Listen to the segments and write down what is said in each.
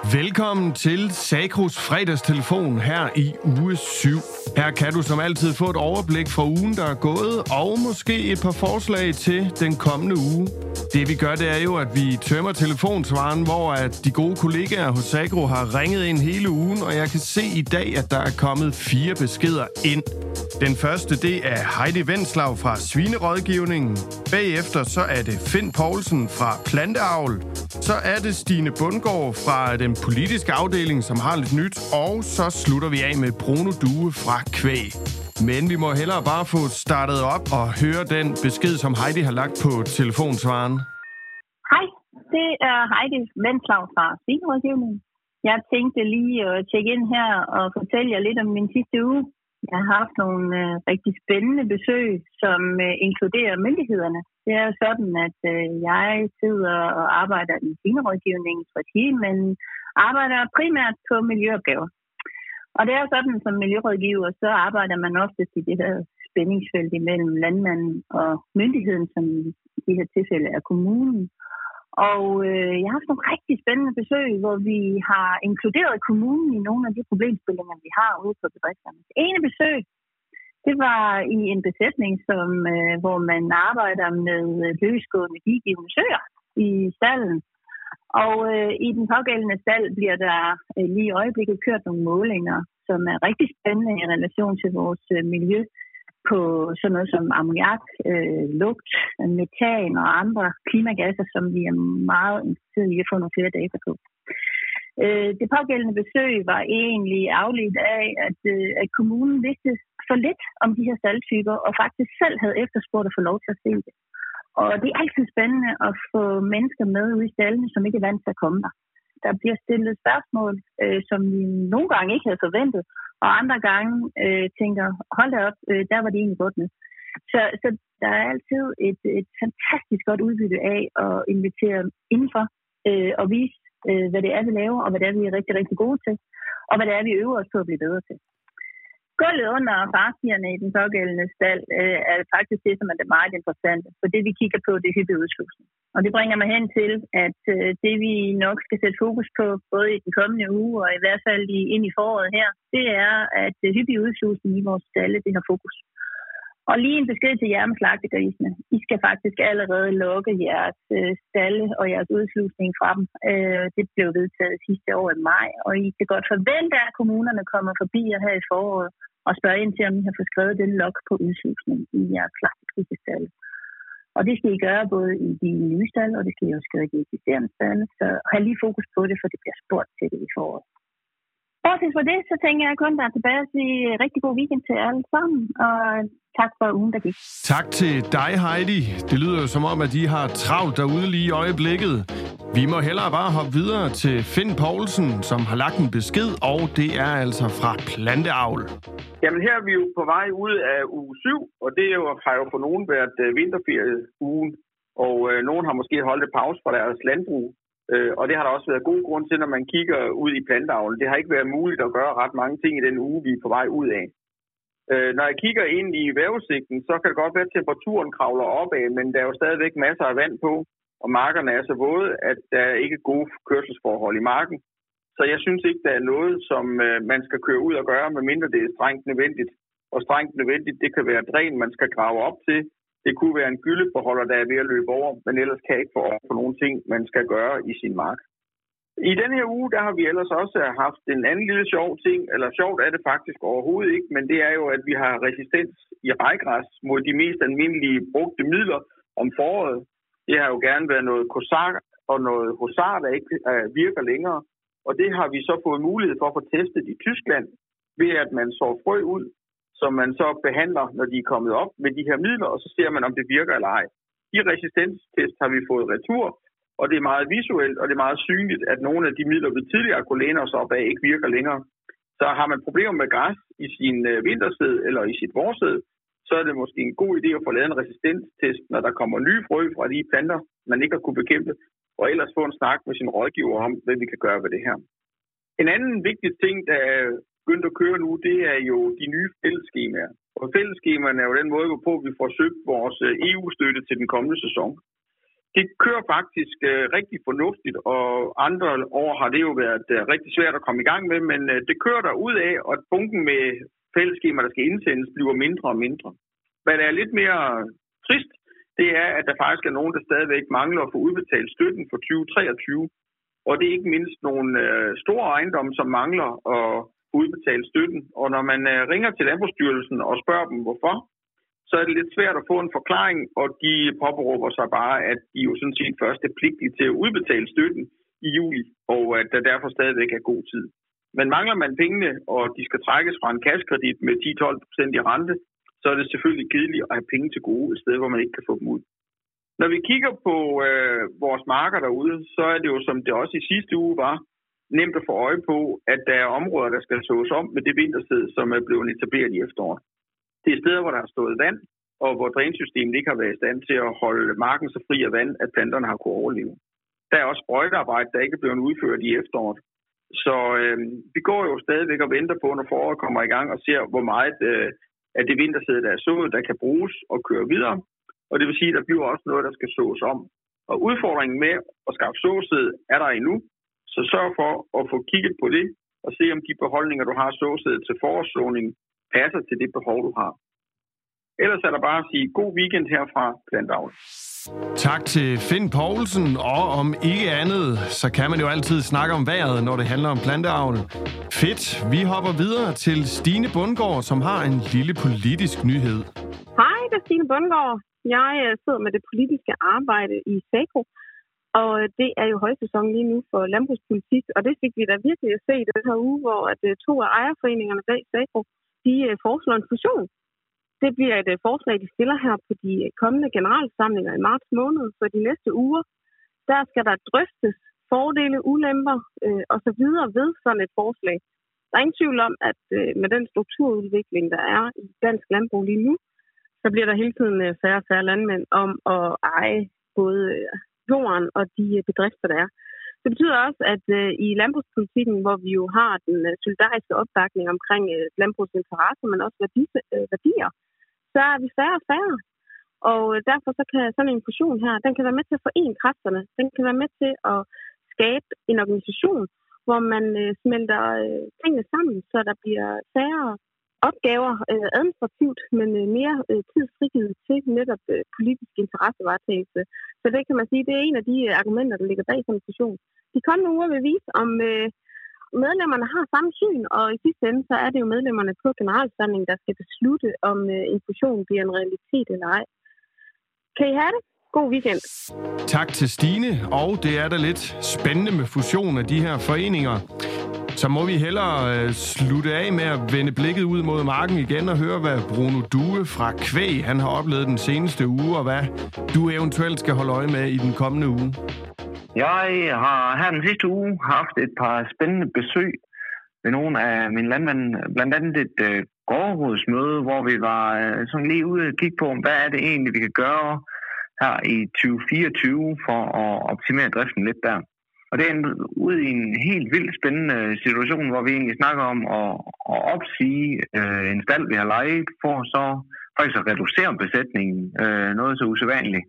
Velkommen til Sagros fredagstelefon her i uge 7. Her kan du som altid få et overblik fra ugen, der er gået, og måske et par forslag til den kommende uge. Det vi gør, det er jo, at vi tømmer telefonsvaren, hvor at de gode kollegaer hos Sagro har ringet ind hele ugen, og jeg kan se i dag, at der er kommet 4 beskeder ind. Den første, det er Heidi Wenslav fra Svinerådgivningen. Bagefter så er det Finn Poulsen fra Planteavl. Så er det Stine Bundgaard fra den politiske afdeling, som har lidt nyt. Og så slutter vi af med Bruno Due fra Kvæg. Men vi må hellere bare få startet op og høre den besked, som Heidi har lagt på telefonsvaren. Hej, det er Heidi Wenslav fra Svinerådgivningen. Jeg tænkte lige at tjekke ind her og fortælle jer lidt om min sidste uge. Jeg har haft nogle rigtig spændende besøg, som inkluderer myndighederne. Det er sådan, at jeg sidder og arbejder i Svinerådgivningens regi, men arbejder primært på miljøopgaver. Og det er jo sådan, som miljørådgiver, så arbejder man oftest i det her spændingsfelt imellem landmanden og myndigheden, som i det her tilfælde er kommunen. Og jeg har haft nogle rigtig spændende besøg, hvor vi har inkluderet kommunen i nogle af de problemstillinger, vi har ude på bedrifterne. Det ene besøg, det var i en besætning, hvor man arbejder med løsgående digivende søer i stalden. Og i den pågældende stald bliver der lige i øjeblikket kørt nogle målinger, som er rigtig spændende i relation til vores miljø på sådan noget som ammoniak, lugt, metan og andre klimagasser, som vi er meget interesserede i at få nogle flere data på. Det pågældende besøg var egentlig afledt af, at kommunen vidste for lidt om de her staldtyper, og faktisk selv havde efterspurgt at få lov til at se det. Og det er altid spændende at få mennesker med ude i staldene, som ikke er vant til at komme der. Der bliver stillet spørgsmål, som vi nogle gange ikke havde forventet, og andre gange tænker, hold da op, der var det egentlig godt med. Så der er altid et fantastisk godt udbytte af at invitere indenfor og vise, hvad det er, vi laver, og hvad det er, vi er rigtig, rigtig gode til, og hvad det er, vi øver os på at blive bedre til. Gulvet under farstierne i den pågældende stald er faktisk det, som er det meget interessante, for det, vi kigger på, det er hyppig udslusning. Og det bringer mig hen til, at det, vi nok skal sætte fokus på, både i den kommende uge og i hvert fald ind i foråret her, det er, at hyppig udslusning i vores stalle, det har fokus. Og lige en besked til jer med slagtegrisene. I skal faktisk allerede logge jeres stalle og jeres udslusning fra dem. Det blev vedtaget sidste år i maj, og I kan godt forvente, at kommunerne kommer forbi jer her i foråret og spørge ind til, om I har fået skrevet den log på udslusning i jeres slagtegrisestalle. Og det skal I gøre både i de nye stalle, og det skal I også gøre i de eksisterende stalle. Så have lige fokus på det, for det bliver spurgt til det i foråret. Bortset fra det, så tænker jeg kun, der er tilbage at sige rigtig god weekend til alle sammen, og tak for ugen, der gik. Tak til dig, Heidi. Det lyder jo som om, at I har travlt derude lige i øjeblikket. Vi må hellere bare hoppe videre til Finn Poulsen, som har lagt en besked, og det er altså fra Planteavl. Jamen her er vi jo på vej ud af uge 7, og det har jo for nogen været vinterferieugen, og nogen har måske holdt et pause fra deres landbrug. Og det har der også været god grund til, når man kigger ud i Planteavlen. Det har ikke været muligt at gøre ret mange ting i den uge, vi er på vej ud af. Når jeg kigger ind i vejrudsigten, så kan det godt være, at temperaturen kravler opad, men der er jo stadigvæk masser af vand på, og markerne er så våde, at der er ikke gode kørselsforhold i marken. Så jeg synes ikke, der er noget, som man skal køre ud og gøre, medmindre det er strengt nødvendigt. Og strengt nødvendigt, det kan være dræn, man skal grave op til. Det kunne være en gyldebeholder, der er ved at løbe over, men ellers kan jeg ikke få over på nogle ting, man skal gøre i sin mark. I denne her uge, der har vi ellers også haft en anden lille sjov ting, eller sjovt er det faktisk overhovedet ikke, men det er jo, at vi har resistens i rejgræs mod de mest almindelige brugte midler om foråret. Det har jo gerne været noget Kosar og noget Hosar, der ikke virker længere, og det har vi så fået mulighed for at få testet i Tyskland, ved at man sår frø ud, som man så behandler, når de er kommet op med de her midler, og så ser man, om det virker eller ej. De resistenstest har vi fået retur, og det er meget visuelt, og det er meget synligt, at nogle af de midler, vi tidligere kunne læne os op af, ikke virker længere. Så har man problemer med græs i sin vintersæd eller i sit vårsæd, så er det måske en god idé at få lavet en resistenstest, når der kommer nye frø fra de planter, man ikke har kunne bekæmpe, og ellers få en snak med sin rådgiver om, hvad vi kan gøre ved det her. En anden vigtig ting, der er begyndt at køre nu, det er jo de nye fællesskemaer. Og fællesskemaerne er jo den måde, hvorpå vi får søgt vores EU-støtte til den kommende sæson. det kører faktisk rigtig fornuftigt, og andre år har det jo været rigtig svært at komme i gang med, men det kører der ud af, og bunken med fællesskemaer, der skal indsendes, bliver mindre og mindre. Hvad der er lidt mere trist, det er, at der faktisk er nogen, der stadigvæk mangler at få udbetalt støtten for 2023, og det er ikke mindst nogle store ejendomme, som mangler at udbetale støtten, og når man ringer til Landbrugsstyrelsen og spørger dem, hvorfor, så er det lidt svært at få en forklaring, og de påberåber sig bare, at de jo sådan set først er pligtige til at udbetale støtten i juli, og at der derfor stadigvæk er god tid. Men mangler man pengene, og de skal trækkes fra en kassekredit med 10-12% i rente, så er det selvfølgelig kedeligt at have penge til gode et sted, hvor man ikke kan få dem ud. Når vi kigger på vores marker derude, så er det jo, som det også i sidste uge var, nemt at få øje på, at der er områder, der skal sås om med det vintersæd, som er blevet etableret i efteråret. Det er steder, hvor der har stået vand, og hvor drænsystemet ikke har været i stand til at holde marken så fri af vand, at planterne har kunnet overleve. Der er også sprøjtearbejde, der ikke er blevet udført i efteråret. Så vi går jo stadigvæk og venter på, når foråret kommer i gang, og ser, hvor meget af det vintersæd, der er sået, der kan bruges og køre videre. Og det vil sige, at der bliver også noget, der skal sås om. Og udfordringen med at skaffe såsæd er der endnu. Så sørg for at få kigget på det, og se om de beholdninger, du har såsæd til forårssåning, passer til det behov, du har. Ellers er der bare at sige god weekend her fra Plantavl. Tak til Finn Poulsen, og om ikke andet, så kan man jo altid snakke om vejret, når det handler om planteavl. Fedt, vi hopper videre til Stine Bundgaard, som har en lille politisk nyhed. Hej, det er Stine Bundgaard. Jeg sidder med det politiske arbejde i SACO, og det er jo højsæson lige nu for landbrugspolitik, og det fik vi da virkelig at se i den her uge, hvor at 2 af ejerforeningerne bag SACO, de foreslår en fusion. Det bliver et forslag, de stiller her på de kommende generalforsamlinger i marts måned. For de næste uger, der skal der drøftes fordele, ulemper og så videre ved sådan et forslag. Der er ingen tvivl om, at med den strukturudvikling, der er i dansk landbrug lige nu, så bliver der hele tiden færre og færre landmænd om at eje både jorden og de bedrifter, der er. Det betyder også, at i landbrugspolitikken, hvor vi jo har den solidariske opbakning omkring landbrugsinteresser, men også værdier, så er vi færre og færre. Og derfor så kan sådan en fusion her, den kan være med til at forene kræfterne. Den kan være med til at skabe en organisation, hvor man smelter tingene sammen, så der bliver færre opgaver administrativt, men mere tid frigivet til netop politisk interessevaretagelse. Så det kan man sige, det er en af de argumenter, der ligger bag sådan en fusion. De kommende uger vil vise, om medlemmerne har samme syn, og i sidste ende, så er det jo medlemmerne på generalforsamlingen, der skal beslutte, om en fusion bliver en realitet eller ej. Kan I have det? God weekend. Tak til Stine, og det er da lidt spændende med fusion af de her foreninger. Så må vi hellere slutte af med at vende blikket ud mod marken igen og høre, hvad Bruno Due fra Kvæg han har oplevet den seneste uge, og hvad du eventuelt skal holde øje med i den kommende uge. Jeg har her den sidste uge haft et par spændende besøg ved nogle af mine landmænd. Blandt andet et gårdrådsmøde, hvor vi var sådan lige ude og kigge på, hvad er det egentlig, vi kan gøre her i 2024 for at optimere driften lidt der. Og det er ud i en helt vildt spændende situation, hvor vi egentlig snakker om at opsige en stald, vi har lejet, for så faktisk at reducere besætningen, noget så usædvanligt.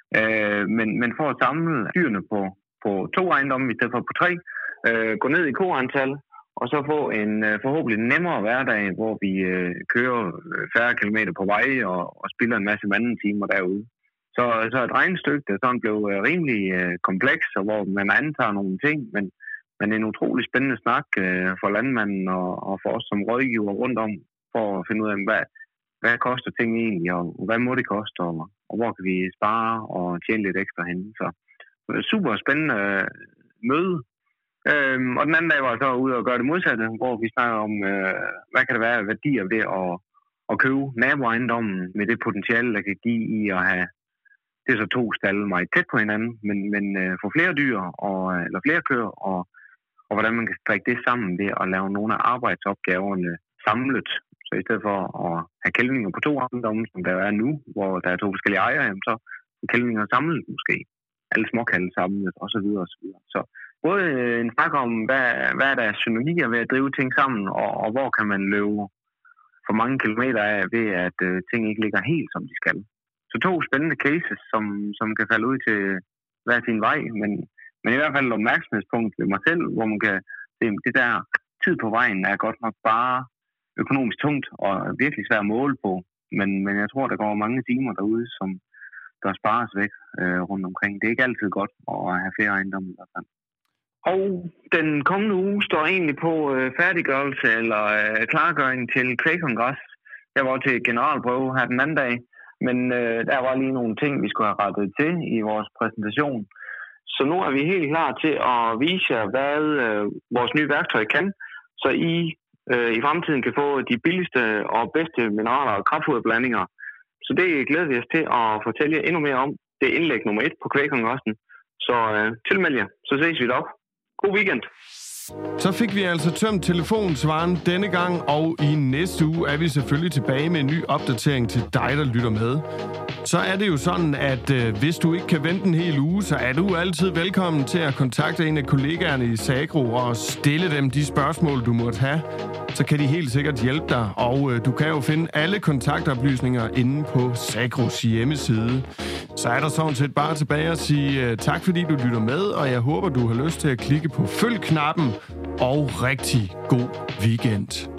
Men for at samle dyrene på 2 ejendomme i stedet for på 3, gå ned i koantal, og så få en forhåbentlig nemmere hverdag, hvor vi kører færre kilometer på vej og spilder en masse mandetimer derude. Så et regnestykke, der sådan blev rimelig kompleks, og hvor man antager nogle ting, men en utrolig spændende snak for landmanden og for os som rådgiver rundt om, for at finde ud af, hvad koster ting egentlig, og hvad må det koste, og hvor kan vi spare og tjene lidt ekstra henne. Så super spændende møde. Og den anden dag var jeg så ude og gøre det modsatte, hvor vi snakker om, hvad kan det være af værdier ved at købe naboejendommen med det potentiale, der kan give i at have, det er så 2 stalde meget tæt på hinanden, men få flere dyr eller flere køer, og hvordan man kan strikke det sammen ved at lave nogle af arbejdsopgaverne samlet. Så i stedet for at have kælvinger på 2 ejendomme, som der er nu, hvor der er 2 forskellige ejere, så er kælvinger samlet måske. Alle småkalde samlet, og så videre, og så videre. Så både en snak om, hvad er der synergier ved at drive ting sammen, og hvor kan man løbe for mange kilometer af ved, at ting ikke ligger helt, som de skal. Så Så 2 spændende cases, som kan falde ud til hver sin vej, men i hvert fald et opmærksomhedspunkt ved mig selv, hvor man kan se, det der tid på vejen er godt nok bare økonomisk tungt og virkelig svært at måle på. Men jeg tror, der går mange timer derude, som der spares væk rundt omkring. Det er ikke altid godt at have flere ejendomme i hvert fald. Og den kommende uge står egentlig på færdiggørelse eller klargøring til kvægkongres. Jeg var til generalprøve her den anden dag, men der var lige nogle ting, vi skulle have rettet til i vores præsentation. Så nu er vi helt klar til at vise jer, hvad vores nye værktøj kan, så I fremtiden kan få de billigste og bedste mineraler og kraftfoderblandinger. Så det glæder vi os til at fortælle jer endnu mere om. Det er indlæg nummer 1 på kvægkongressen. Så tilmeld jer, så ses vi derop. God weekend! Så fik vi altså tømt telefonsvaren denne gang, og i næste uge er vi selvfølgelig tilbage med en ny opdatering til dig, der lytter med. Så er det jo sådan, at hvis du ikke kan vente en hel uge, så er du altid velkommen til at kontakte en af kollegaerne i Sagro og stille dem de spørgsmål, du måtte have. Så kan de helt sikkert hjælpe dig, og du kan jo finde alle kontaktoplysninger inde på Sagros hjemmeside. Så er der sådan set bare tilbage at sige tak, fordi du lytter med, og jeg håber, du har lyst til at klikke på følg-knappen, og rigtig god weekend.